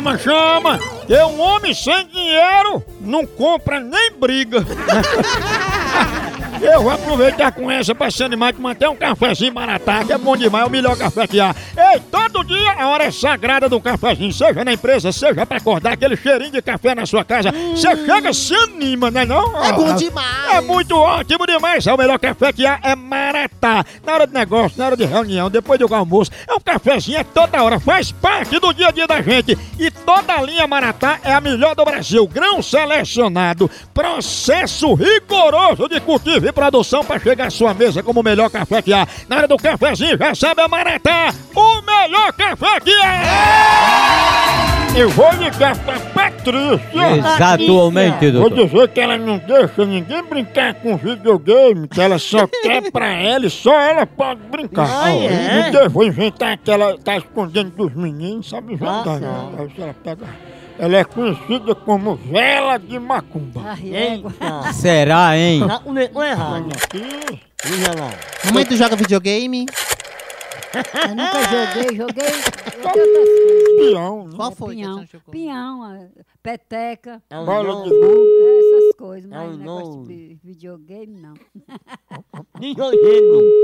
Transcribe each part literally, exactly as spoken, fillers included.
chama, chama! Que um homem sem dinheiro não compra nem briga. Eu vou aproveitar com essa pra se animar, que manter um cafezinho Maratá, que é bom demais, é o melhor café que há. Ei, todo dia a hora é sagrada do cafezinho, seja na empresa, seja pra acordar aquele cheirinho de café na sua casa. Você hum. chega, se anima, né não? É bom demais. É muito ótimo demais, é o melhor café que há, é Maratá. Na hora de negócio, na hora de reunião, depois do almoço, é um cafezinho, é toda hora, faz parte do dia a dia da gente. E toda a linha Maratá é a melhor do Brasil, grão selecionado, processo rigoroso de cultivo e produção para chegar à sua mesa como o melhor café que há. Na hora do cafezinho, já sabe a Maratá, o melhor café que há! Eu vou ligar pra Patrícia. Exatamente, Vou doutor. dizer que ela não deixa ninguém brincar com videogame, que ela só quer pra ela e só ela pode brincar. Ah, é? Então eu vou inventar que ela tá escondendo dos meninos, sabe inventar? Ah, né? Aí se ela pega... Ela é conhecida como vela de macumba. Eita. Será, hein? Não, não é não é errado. Aqui. Veja lá. Mamãe, tu joga videogame? Eu nunca joguei, joguei. Peão, né? Qual foi? Pinhão, que você jogou? pinhão, a peteca, É um Bola não. de gude. essas coisas, É mas um negócio não. de videogame não. Videogame.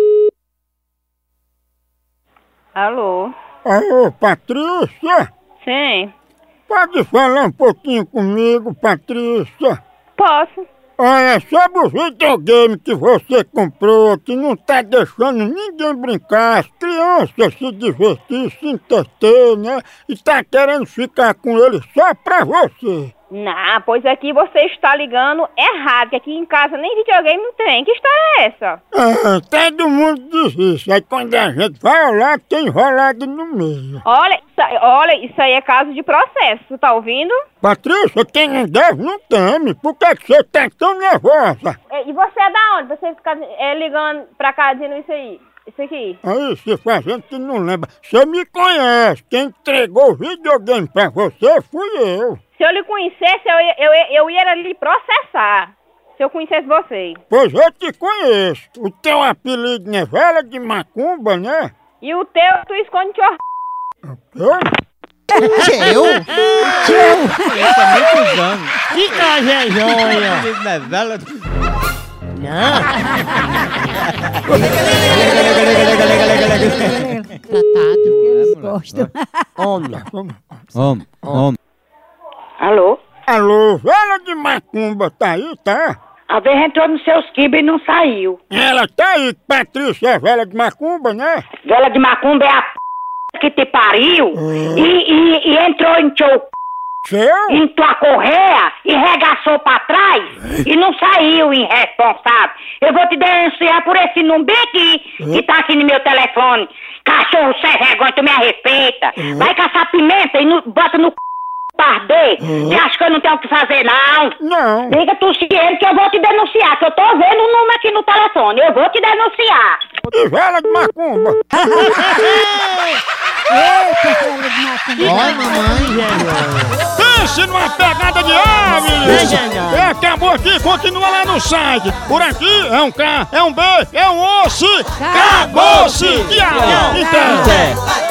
Alô? Alô, Patrícia? Sim, Pode falar um pouquinho comigo, Patrícia? posso. Olha, sobre o videogame que você comprou, que não tá deixando ninguém brincar, as crianças se divertir, se entreter, né? E tá querendo ficar com ele só pra você. Não, pois aqui você está ligando errado, que aqui em casa nem videogame não tem. Que história é essa? Ah, todo mundo diz isso, aí quando a gente vai olhar, tem enrolado no meio. Olha, isso, aí- olha, isso aí é caso de processo, tá ouvindo? Patrícia, quem não deve não teme, por que que você tá tão nervosa? E você é da onde? Você fica é, ligando pra cá dizendo isso aí? Isso aqui? Aí, se fazendo que não lembra, você me conhece, quem entregou o videogame pra você fui eu. Se eu lhe conhecesse, eu ia, eu, ia- eu ia lhe processar. Se eu conhecesse você. Pois eu te conheço. O teu apelido não é vela de macumba, né? E o teu, tu esconde teu... Eu? Tchau! Isso é muitos anos. Que trajetória. Não é vela. Não. Tratado, eles gostam. Homem. Homem, homem. Alô? Alô, vela de macumba, tá aí, tá? A vez entrou nos seus quibos e não saiu. Ela tá aí, Patrícia, é vela de macumba, né? Vela de macumba é a p... que te pariu e, e, e entrou em teu Seu? em tua correia e regaçou pra trás e não saiu, irresponsável. Eu vou te denunciar por esse número aqui que tá aqui no meu telefone. Cachorro sem vergonha, tu me respeita. Vai caçar pimenta e no, bota no c... pardê. Você acha que eu não tenho o que fazer, não? Não. Liga tu ciente que eu vou te denunciar, que eu tô vendo o número aqui no telefone. Eu vou te denunciar. E vela de macumba? Eita, vela de macumba. Oi, mamãe. Pense numa pegada de ave! Veja, não. É, acabou aqui, continua lá no site. Por aqui é um K, é um B, é um osso. Acabou-se! Tchau! Então. Zé.